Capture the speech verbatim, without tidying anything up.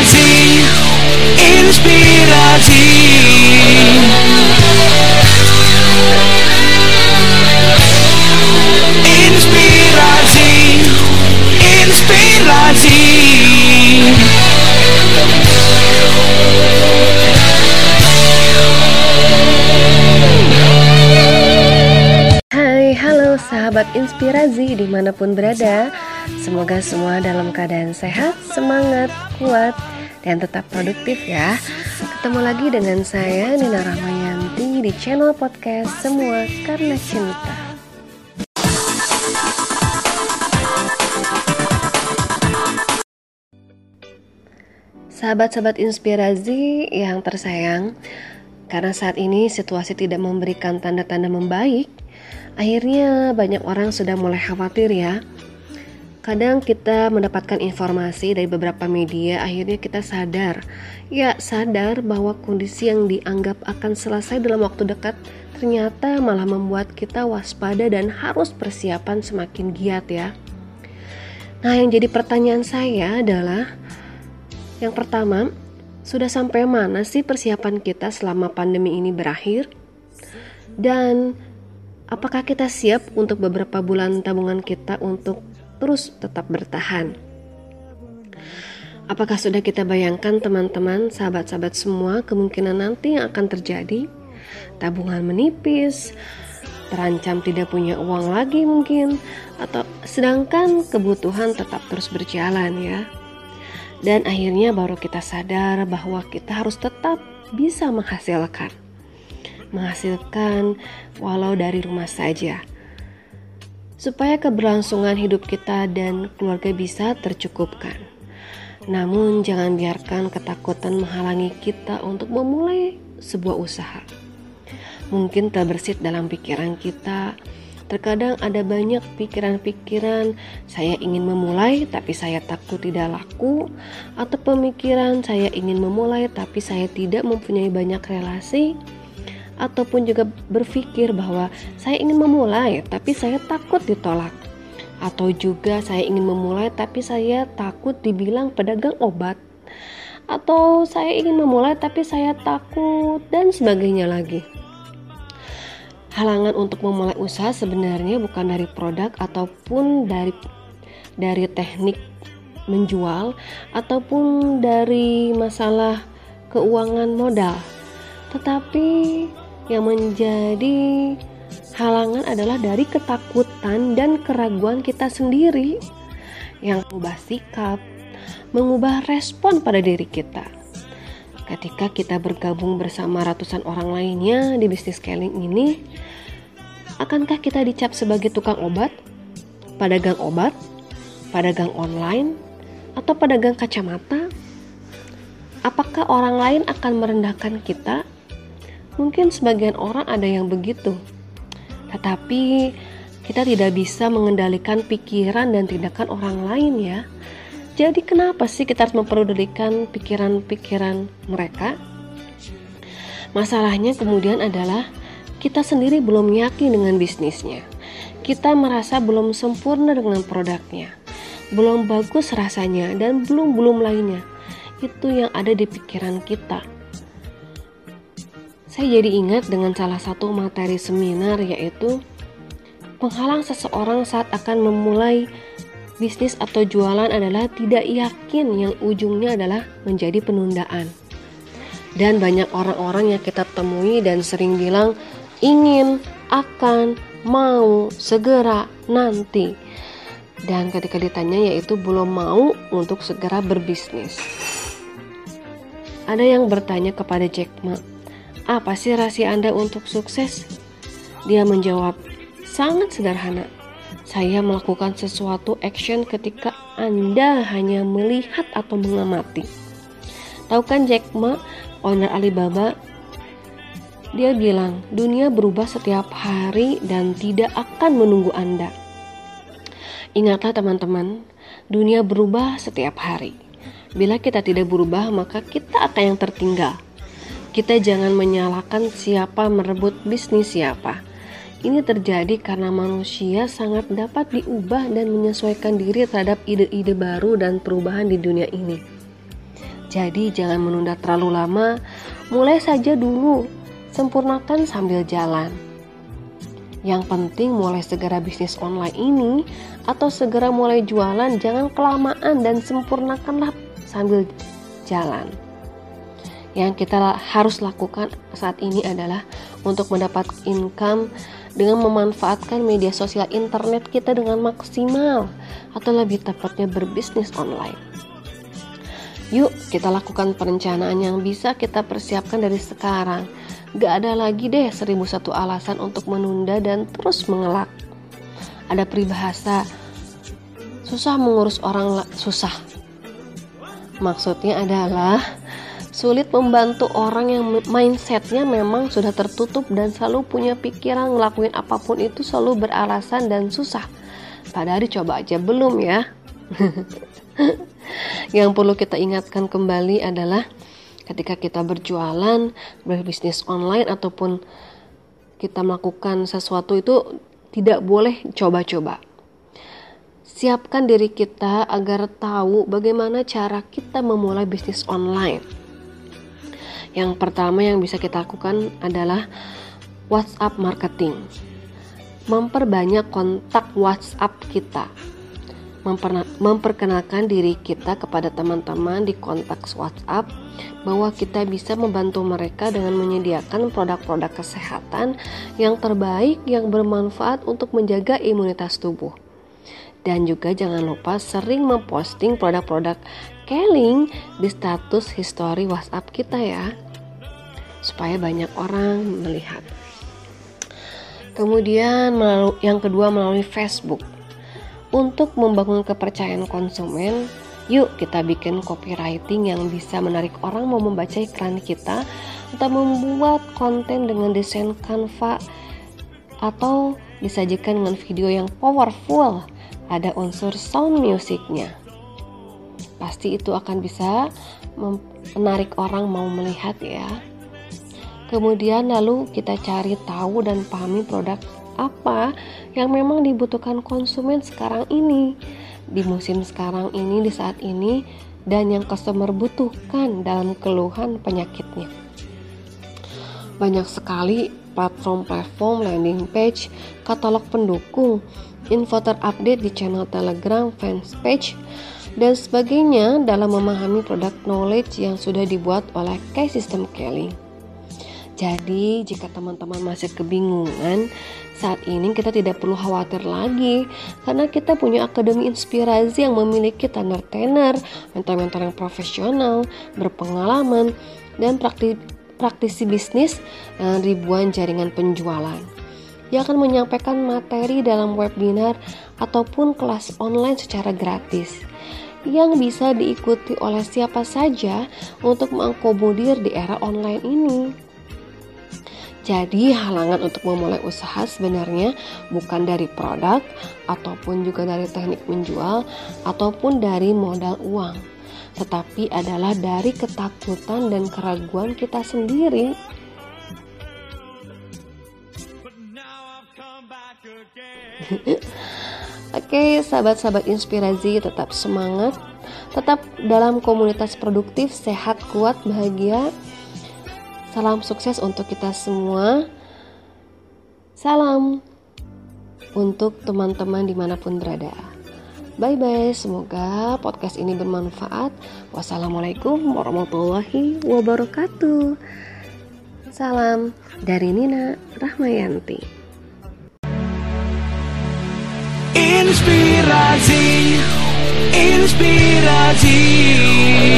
Inspirasi, inspirasi, inspirasi, inspirasi. Hai, halo sahabat inspirasi dimanapun berada. Semoga semua dalam keadaan sehat, semangat, kuat, dan tetap produktif ya. Ketemu lagi dengan saya Nina Rahmayanti di channel podcast Semua Karena Cinta. Sahabat-sahabat inspirasi yang tersayang, karena saat ini situasi tidak memberikan tanda-tanda membaik, akhirnya banyak orang sudah mulai khawatir ya. Kadang kita mendapatkan informasi dari beberapa media, akhirnya kita sadar, ya sadar bahwa kondisi yang dianggap akan selesai dalam waktu dekat ternyata malah membuat kita waspada dan harus persiapan semakin giat ya. Nah, yang jadi pertanyaan saya adalah, yang pertama, sudah sampai mana sih persiapan kita selama pandemi ini berakhir? Dan apakah kita siap untuk beberapa bulan tabungan kita untuk terus tetap bertahan? Apakah sudah kita bayangkan teman-teman, sahabat-sahabat semua, kemungkinan nanti yang akan terjadi? Tabungan menipis, terancam tidak punya uang lagi mungkin, atau sedangkan kebutuhan tetap terus berjalan ya. Dan akhirnya baru kita sadar bahwa kita harus tetap bisa menghasilkan. Menghasilkan walau dari rumah saja, supaya keberlangsungan hidup kita dan keluarga bisa tercukupkan. Namun jangan biarkan ketakutan menghalangi kita untuk memulai sebuah usaha. Mungkin terbersit dalam pikiran kita. Terkadang ada banyak pikiran-pikiran, saya ingin memulai tapi saya takut tidak laku, atau pemikiran saya ingin memulai tapi saya tidak mempunyai banyak relasi, ataupun juga berpikir bahwa saya ingin memulai tapi saya takut ditolak, atau juga saya ingin memulai tapi saya takut dibilang pedagang obat, atau saya ingin memulai tapi saya takut, dan sebagainya lagi. Halangan untuk memulai usaha sebenarnya bukan dari produk ataupun dari dari teknik menjual ataupun dari masalah keuangan modal, tetapi yang menjadi halangan adalah dari ketakutan dan keraguan kita sendiri yang mengubah sikap, mengubah respon pada diri kita. Ketika kita bergabung bersama ratusan orang lainnya di bisnis scaling ini, akankah kita dicap sebagai tukang obat, pedagang obat, pedagang online, atau pedagang kacamata? Apakah orang lain akan merendahkan kita? Mungkin sebagian orang ada yang begitu. Tetapi kita tidak bisa mengendalikan pikiran dan tindakan orang lain ya. Jadi kenapa sih kita harus mempedulikan pikiran-pikiran mereka? Masalahnya kemudian adalah kita sendiri belum yakin dengan bisnisnya. Kita merasa belum sempurna dengan produknya, belum bagus rasanya, dan belum-belum lainnya. Itu yang ada di pikiran kita. Saya jadi ingat dengan salah satu materi seminar, yaitu penghalang seseorang saat akan memulai bisnis atau jualan adalah tidak yakin, yang ujungnya adalah menjadi penundaan. Dan banyak orang-orang yang kita temui dan sering bilang ingin, akan, mau, segera, nanti. Dan ketika ditanya yaitu belum mau untuk segera berbisnis. Ada yang bertanya kepada Jack Ma, apa sih rahasia Anda untuk sukses? Dia menjawab, sangat sederhana. Saya melakukan sesuatu action ketika Anda hanya melihat atau mengamati. Tahu kan Jack Ma, owner Alibaba? Dia bilang, dunia berubah setiap hari dan tidak akan menunggu Anda. Ingatlah teman-teman, dunia berubah setiap hari. Bila kita tidak berubah, maka kita akan yang tertinggal. Kita jangan menyalahkan siapa merebut bisnis siapa. Ini terjadi karena manusia sangat dapat diubah dan menyesuaikan diri terhadap ide-ide baru dan perubahan di dunia ini. Jadi jangan menunda terlalu lama, mulai saja dulu, sempurnakan sambil jalan. Yang penting mulai segera bisnis online ini atau segera mulai jualan, jangan kelamaan dan sempurnakanlah sambil jalan. Yang kita harus lakukan saat ini adalah untuk mendapat income dengan memanfaatkan media sosial internet kita dengan maksimal, atau lebih tepatnya berbisnis online. Yuk kita lakukan perencanaan yang bisa kita persiapkan dari sekarang. Gak ada lagi deh seribu satu alasan untuk menunda dan terus mengelak. Ada peribahasa, susah mengurus orang la- susah. Maksudnya adalah sulit membantu orang yang mindsetnya memang sudah tertutup dan selalu punya pikiran ngelakuin apapun itu selalu beralasan dan susah. Padahal dicoba aja belum ya. Yang perlu kita ingatkan kembali adalah ketika kita berjualan, berbisnis online ataupun kita melakukan sesuatu itu tidak boleh coba-coba. Siapkan diri kita agar tahu bagaimana cara kita memulai bisnis online. Yang pertama yang bisa kita lakukan adalah WhatsApp marketing. Memperbanyak kontak WhatsApp kita. Memperna- memperkenalkan diri kita kepada teman-teman di kontak WhatsApp bahwa kita bisa membantu mereka dengan menyediakan produk-produk kesehatan yang terbaik yang bermanfaat untuk menjaga imunitas tubuh. Dan juga jangan lupa sering memposting produk-produk Keling di status history WhatsApp kita ya, supaya banyak orang melihat. Kemudian yang kedua melalui Facebook. Untuk membangun kepercayaan konsumen, yuk kita bikin copywriting yang bisa menarik orang mau membaca iklan kita, atau membuat konten dengan desain Canva, atau disajikan dengan video yang powerful, ada unsur sound musiknya. Pasti itu akan bisa menarik orang mau melihat ya. Kemudian lalu kita cari tahu dan pahami produk apa yang memang dibutuhkan konsumen sekarang ini, di musim sekarang ini, di saat ini, dan yang customer butuhkan dalam keluhan penyakitnya. Banyak sekali platform-platform landing page, katalog pendukung, info terupdate di channel Telegram, fanpage, dan sebagainya dalam memahami product knowledge yang sudah dibuat oleh K-System Keling. Jadi jika teman-teman masih kebingungan, saat ini kita tidak perlu khawatir lagi, karena kita punya Akademi Inspirasi yang memiliki trainer-trainer, mentor-mentor yang profesional, berpengalaman, dan prakti- praktisi bisnis dengan ribuan jaringan penjualan. Dia akan menyampaikan materi dalam webinar ataupun kelas online secara gratis yang bisa diikuti oleh siapa saja untuk mengakomodir di era online ini. Jadi halangan untuk memulai usaha sebenarnya bukan dari produk ataupun juga dari teknik menjual ataupun dari modal uang, tetapi adalah dari ketakutan dan keraguan kita sendiri. Oke, sahabat-sahabat inspirasi, tetap semangat, tetap dalam komunitas produktif, sehat, kuat, bahagia. Salam sukses untuk kita semua. Salam untuk teman-teman dimanapun berada. Bye-bye, semoga podcast ini bermanfaat. Wassalamualaikum warahmatullahi wabarakatuh. Salam dari Nina Rahmayanti. Inspirasi, inspirasi.